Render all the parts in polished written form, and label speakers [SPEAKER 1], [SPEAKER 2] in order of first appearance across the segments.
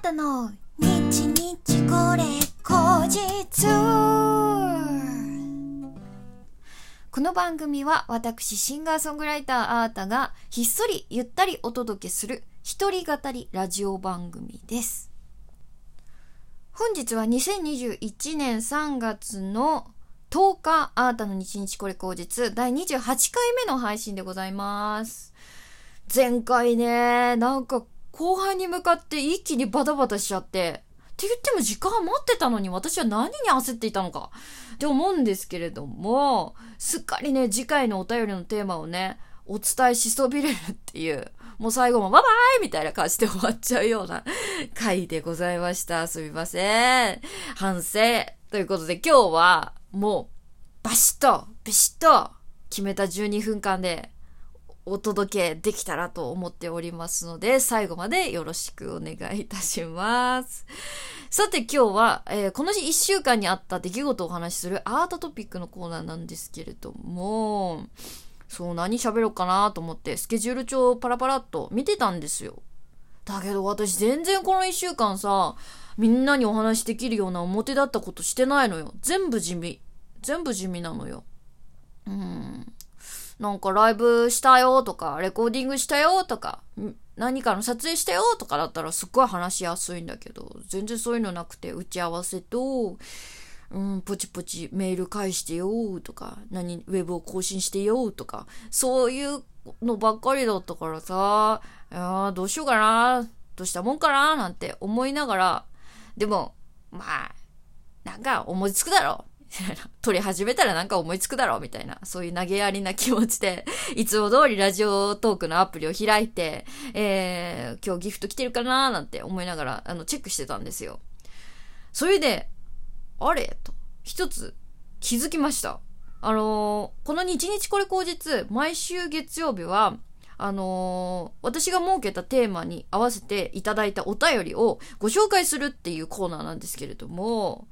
[SPEAKER 1] たの日日これ口実。この番組は私シンガーソングライターあーたがひっそりゆったりお届けする一人語りラジオ番組です。本日は2021年3月の10日あーたの日日これ口実第28回目の配信でございます。前回ね、なんか後半に向かって一気にバタバタしちゃってって言っても時間は待ってたのに私は何に焦っていたのかって思うんですけれども、すっかりね次回のお便りのテーマをねお伝えしそびれるっていう、もう最後もバイバイみたいな感じで終わっちゃうような回でございました。すみません、反省ということで今日はもうバシッとビシッと決めた12分間でお届けできたらと思っておりますので、最後までよろしくお願いいたします。さて今日は、この1週間にあった出来事をお話しするアートトピックのコーナーなんですけれども、そう何喋ろうかなと思ってスケジュール帳をパラパラっと見てたんですよ。だけど私全然この1週間さ、みんなにお話しできるような表だったことしてないのよ。全部地味なのよ。なんかライブしたよとか、レコーディングしたよとか、何かの撮影したよとかだったらすっごい話しやすいんだけど、全然そういうのなくて、打ち合わせと、ポチポチメール返してよとか、ウェブを更新してよとか、そういうのばっかりだったからさ、どうしようかな、どうしたもんかななんて思いながら、でも、まあ、なんか思いつくだろう。撮り始めたらなんか思いつくだろうみたいな、そういう投げやりな気持ちでいつも通りラジオトークのアプリを開いて、今日ギフト来てるかななんて思いながらチェックしてたんですよ。それであれと一つ気づきました。この日日これ口実、毎週月曜日は私が設けたテーマに合わせていただいたお便りをご紹介するっていうコーナーなんですけれども、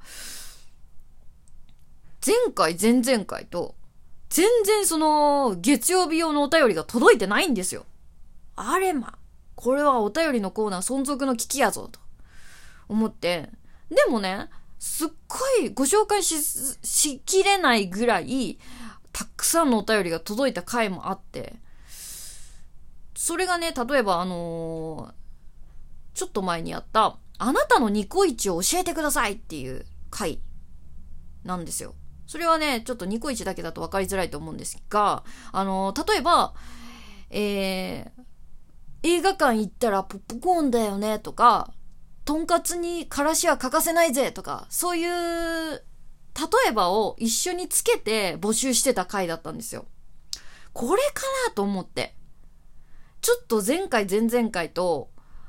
[SPEAKER 1] 前回前々回と全然その月曜日用のお便りが届いてないんですよ。あれま、これはお便りのコーナー存続の危機やぞと思って、でもね、すっごいご紹介しきれないぐらいたくさんのお便りが届いた回もあって、それがね、例えばちょっと前にやったあなたのニコイチを教えてくださいっていう回なんですよ。それはね、ちょっとニコイチだけだと分かりづらいと思うんですが、例えば、映画館行ったらポップコーンだよねとか、とんかつにからしは欠かせないぜとか、そういう例えばを一緒につけて募集してた回だったんですよ。これかなと思って。ちょっと前回前々回と、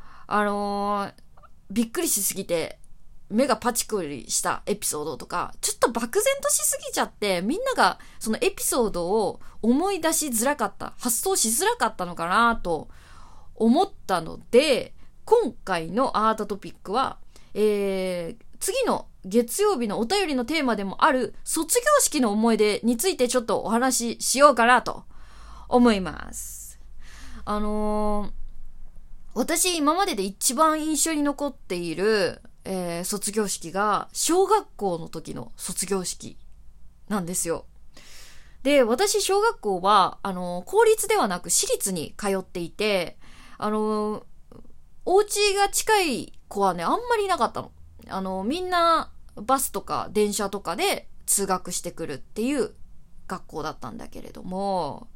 [SPEAKER 1] びっくりしすぎて、目がパチクリしたエピソードとか、ちょっと漠然としすぎちゃって、みんながそのエピソードを思い出しづらかった、発想しづらかったのかなと思ったので、今回のアートトピックは、次の月曜日のお便りのテーマでもある卒業式の思い出についてちょっとお話ししようかなと思います。私今までで一番印象に残っている卒業式が小学校の時の卒業式なんですよ。で、私小学校は公立ではなく私立に通っていて、お家が近い子はねあんまりいなかったの。みんなバスとか電車とかで通学してくるっていう学校だったんだけれども、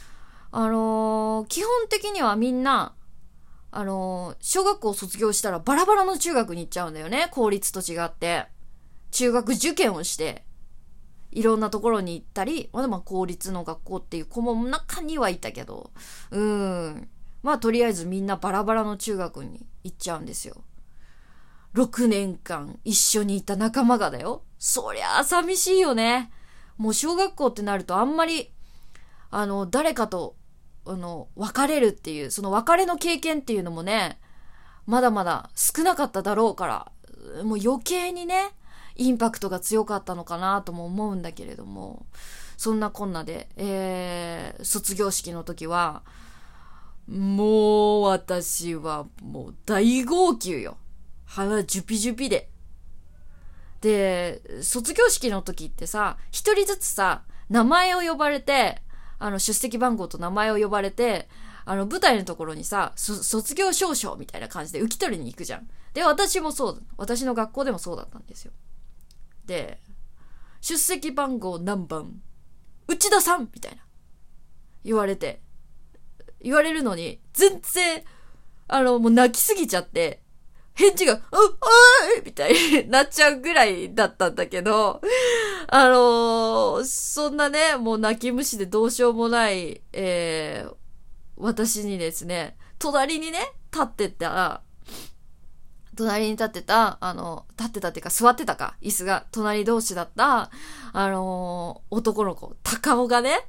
[SPEAKER 1] 基本的にはみんな小学校卒業したらバラバラの中学に行っちゃうんだよね。公立と違って。中学受験をして、いろんなところに行ったり、まあ公立の学校っていう子も中にはいたけど、まあとりあえずみんなバラバラの中学に行っちゃうんですよ。6年間一緒にいた仲間がだよ。そりゃあ寂しいよね。もう小学校ってなるとあんまり、誰かと別れるっていう、その別れの経験っていうのもね、まだまだ少なかっただろうから、もう余計にね、インパクトが強かったのかなとも思うんだけれども、そんなこんなで、卒業式の時は、もう私はもう大号泣よ。 鼻ジュピジュピで。で、卒業式の時ってさ、一人ずつさ、名前を呼ばれて、出席番号と名前を呼ばれて、舞台のところにさ、卒業証書みたいな感じで受け取りに行くじゃん。で、私の学校でもそうだったんですよ。で、出席番号何番内田さんみたいな。言われるのに、全然、もう泣きすぎちゃって、返事が、みたいになっちゃうぐらいだったんだけど、そんなね、もう泣き虫でどうしようもない、私にですね、隣にね、立ってたっていうか座ってたか、椅子が隣同士だった、男の子、高尾がね、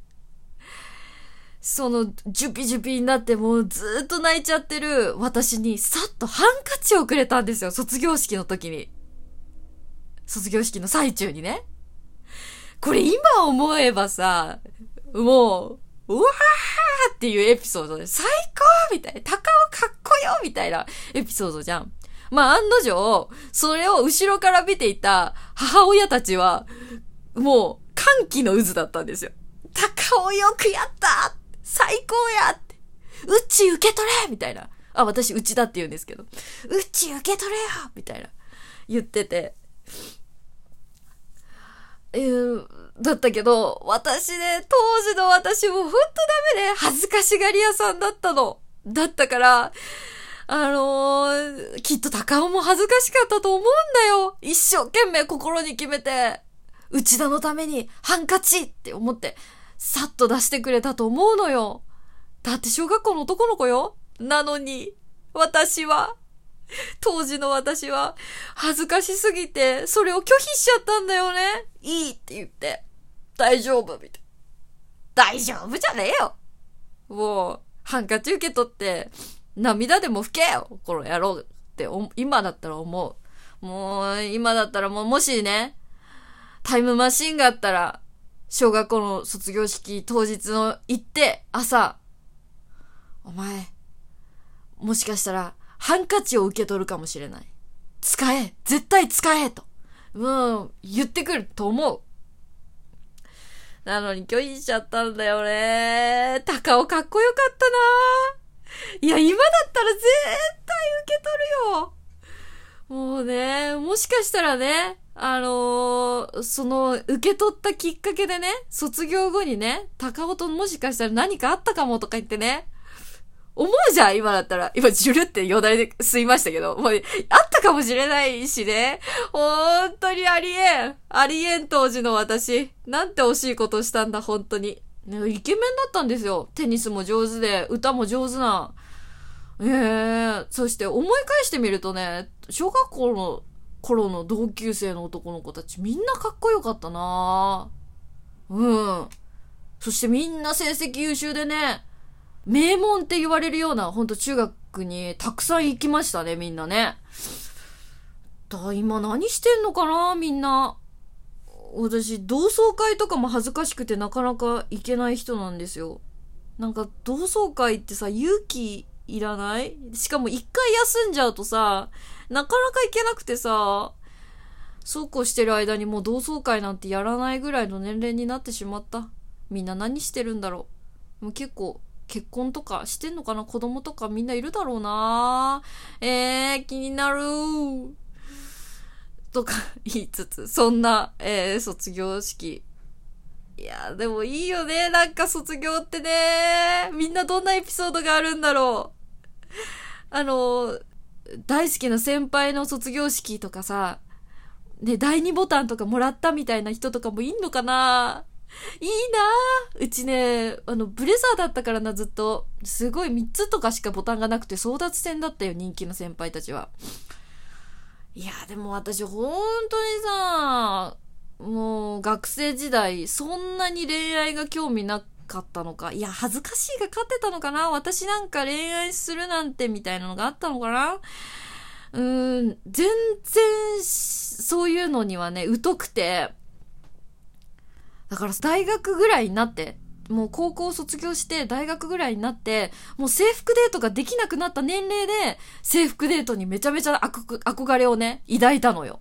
[SPEAKER 1] その、ジュピジュピになってもうずーっと泣いちゃってる私にさっとハンカチをくれたんですよ、卒業式の時に。卒業式の最中にね。これ今思えばさ、もう、うわーっていうエピソードで最高みたいな、高尾かっこよみたいなエピソードじゃん。まあ案の定、それを後ろから見ていた母親たちは、もう歓喜の渦だったんですよ。高尾よくやった最高やって。うち受け取れみたいな。私うちだって言うんですけど。うち受け取れよみたいな。言ってて。だったけど、私ね、当時の私もほんとダメで、恥ずかしがり屋さんだったの。だったから、きっと高尾も恥ずかしかったと思うんだよ。一生懸命心に決めて、内田のためにハンカチって思って、さっと出してくれたと思うのよ。だって小学校の男の子よ。なのに、当時の私は、恥ずかしすぎて、それを拒否しちゃったんだよね。いいって言って、大丈夫みたいな。大丈夫じゃねえよ。もう、ハンカチ受け取って、涙でも拭けよ、この野郎って今だったら思う。もう、今だったらもしね、タイムマシンがあったら、小学校の卒業式当日の行って、朝、お前、もしかしたら、ハンカチを受け取るかもしれない。絶対使えと。言ってくると思う。なのに拒否しちゃったんだよね。高尾かっこよかったな。いや、今だったら絶対受け取るよ。もうね、もしかしたらね、その、受け取ったきっかけでね、卒業後にね、高尾ともしかしたら何かあったかもとか言ってね、思うじゃん、今だったら。今、ジュルってよだれで吸いましたけど、もう、あったかもしれないしね。本当にありえん当時の私。なんて惜しいことしたんだ、本当に。ね、イケメンだったんですよ。テニスも上手で、歌も上手な。そして思い返してみるとね、小学校の頃の同級生の男の子たちみんなかっこよかったな。そしてみんな成績優秀でね、名門って言われるような、ほんと中学にたくさん行きましたね、みんなね。今何してんのかな、みんな。私、同窓会とかも恥ずかしくてなかなか行けない人なんですよ。なんか、同窓会ってさ、勇気いらない？しかも一回休んじゃうとさ、なかなか行けなくてさ、そうこうしてる間にもう同窓会なんてやらないぐらいの年齢になってしまった。みんな何してるんだろう。もう結構、結婚とかしてんのかな、子供とかみんないるだろうな。気になる。とか言いつつ、そんな、卒業式。いや、でもいいよね。なんか卒業ってね。みんなどんなエピソードがあるんだろう。大好きな先輩の卒業式とかさ、ね、第2ボタンとかもらったみたいな人とかもいんのかないいなぁ。うちね、ブレザーだったからな、ずっと。すごい3つとかしかボタンがなくて争奪戦だったよ、人気の先輩たちは。いや、でも私本当にさ、もう学生時代、そんなに恋愛が興味なかったのか。いや、恥ずかしいが勝ってたのかな。私なんか恋愛するなんてみたいなのがあったのかな。全然、そういうのにはね、疎くて、だから大学ぐらいになって、 もう高校卒業して大学ぐらいになって、もう制服デートができなくなった年齢で、制服デートにめちゃめちゃ憧れをね、抱いたのよ。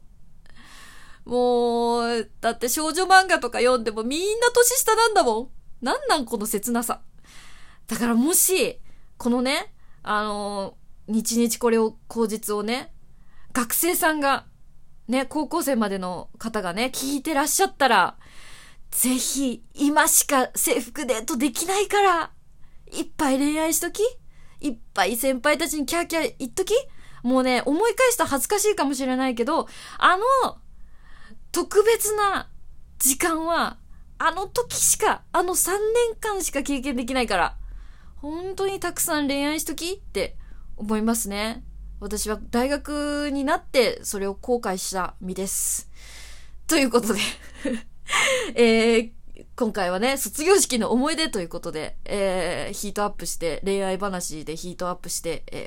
[SPEAKER 1] もう、だって少女漫画とか読んでもみんな年下なんだもん。なんこの切なさ。だからもし、このね、日々これを口実をね、学生さんが、ね、高校生までの方がね、聞いてらっしゃったら、ぜひ、今しか制服デートできないから、いっぱい恋愛しとき、いっぱい先輩たちにキャーキャー言っとき。もうね、思い返すと恥ずかしいかもしれないけど、特別な時間は、あの時しか、3年間しか経験できないから、本当にたくさん恋愛しときって思いますね。私は大学になってそれを後悔した身です。ということで、今回はね、卒業式の思い出ということで、ヒートアップして、恋愛話でヒートアップして、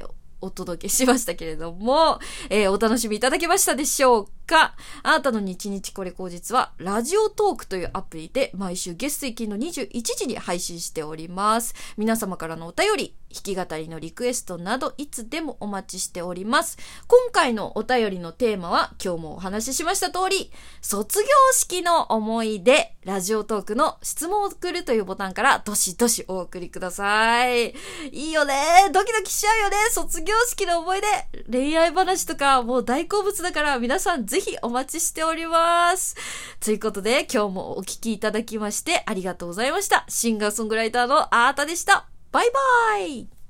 [SPEAKER 1] お届けしましたけれども、お楽しみいただけましたでしょうか。あなたの日々これ口実はラジオトークというアプリで毎週月水金の21時に配信しております。皆様からのお便り、弾き語りのリクエストなどいつでもお待ちしております。今回のお便りのテーマは今日もお話ししました通り、卒業式の思い出、ラジオトークの質問を送るというボタンからどしどしお送りください。いいよね。ドキドキしちゃうよね。卒業式の思い出、恋愛話とかもう大好物だから皆さんぜひお待ちしております。ということで今日もお聞きいただきましてありがとうございました。シンガーソングライターのあーたでした。バイバイ。